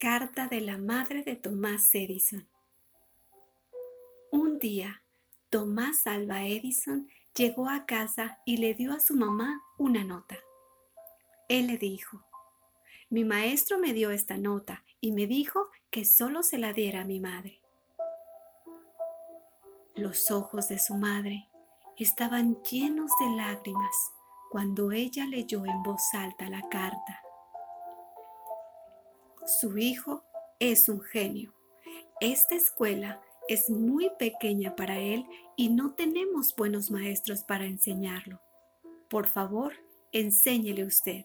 Carta de la madre de Thomas Edison. Un día, Thomas Alva Edison llegó a casa y le dio a su mamá una nota. Él le dijo: mi maestro me dio esta nota y me dijo que solo se la diera a mi madre. Los ojos de su madre estaban llenos de lágrimas cuando ella leyó en voz alta la carta. Su hijo es un genio. Esta escuela es muy pequeña para él y no tenemos buenos maestros para enseñarlo. Por favor, enséñele usted.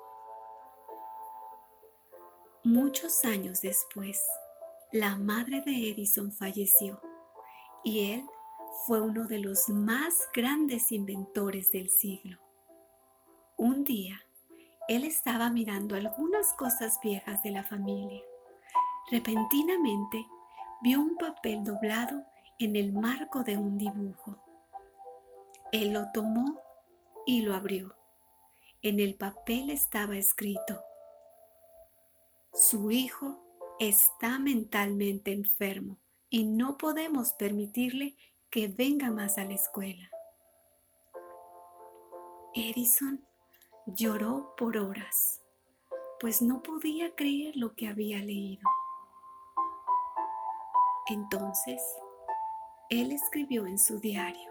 Muchos años después, la madre de Edison falleció y él fue uno de los más grandes inventores del siglo. Un día, él estaba mirando algunas cosas viejas de la familia. Repentinamente, vio un papel doblado en el marco de un dibujo. Él lo tomó y lo abrió. En el papel estaba escrito: su hijo está mentalmente enfermo y no podemos permitirle que venga más a la escuela. Edison lloró por horas, pues no podía creer lo que había leído. Entonces, él escribió en su diario: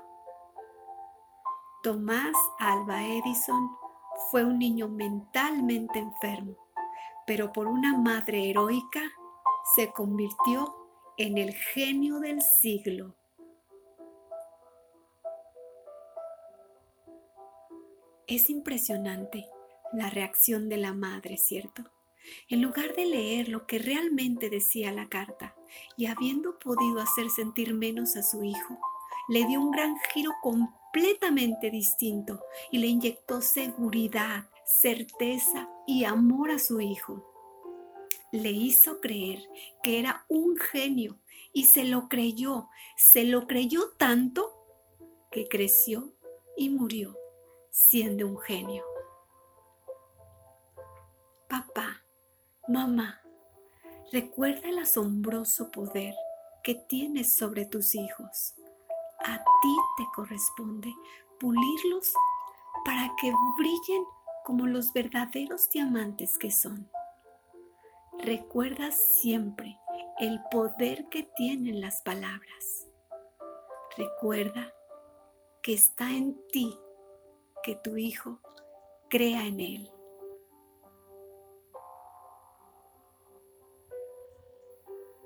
Thomas Alva Edison fue un niño mentalmente enfermo, pero por una madre heroica se convirtió en el genio del siglo. Es impresionante la reacción de la madre, ¿cierto? En lugar de leer lo que realmente decía la carta y habiendo podido hacer sentir menos a su hijo, le dio un gran giro completamente distinto y le inyectó seguridad, certeza y amor a su hijo. Le hizo creer que era un genio y se lo creyó tanto que creció y murió siendo un genio. Papá, mamá, recuerda el asombroso poder que tienes sobre tus hijos. A ti te corresponde pulirlos para que brillen como los verdaderos diamantes que son. Recuerda siempre el poder que tienen las palabras. Recuerda que está en ti que tu hijo crea en él.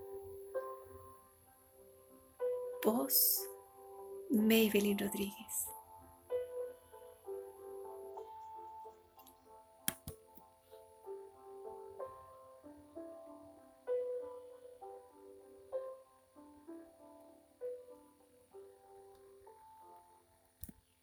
Voz: Maybelline Rodríguez.